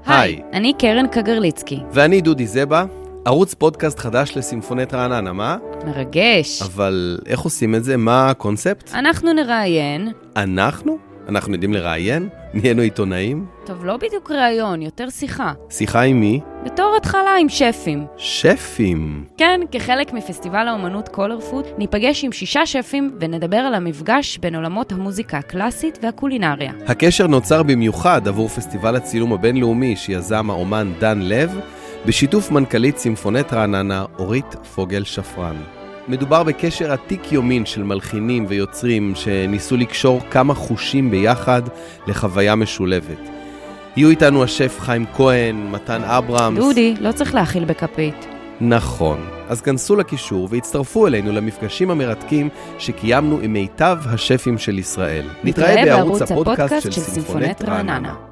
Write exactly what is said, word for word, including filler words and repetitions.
היי, אני קרן קגרליצקי. ואני דודי זבה, ערוץ פודקאסט חדש לסימפונט רעננה, מה? מרגש. אבל איך עושים את זה? מה הקונספט? אנחנו נראיין. אנחנו? אנחנו יודעים לראיין? נהיינו עיתונאים? טוב, לא בדיוק ראיון, יותר שיחה. שיחה עם מי? בתור התחלה עם שפים. שפים? כן, כחלק מפסטיבל האומנות קולרפוד, ניפגש עם שישה שפים ונדבר על המפגש בין עולמות המוזיקה הקלאסית והקולינריה. הקשר נוצר במיוחד עבור פסטיבל הצילום הבינלאומי שיזם האומן דן לב, בשיתוף מנכ"לית סימפונט רעננה אורית פוגל שפרן. מדובר בקשר עתיק יומין של מלחינים ויוצרים שניסו לקשור כמה חושים ביחד לחוויה משולבת. יהיו איתנו השף חיים כהן, מתן אברהמס. דודי, לא צריך להאכיל בכפית. נכון. אז כנסו לקישור והצטרפו אלינו למפגשים המרתקים שקיימנו עם מיטב השפים של ישראל. נתראה בערוץ הפודקאסט של סימפונט רעננה.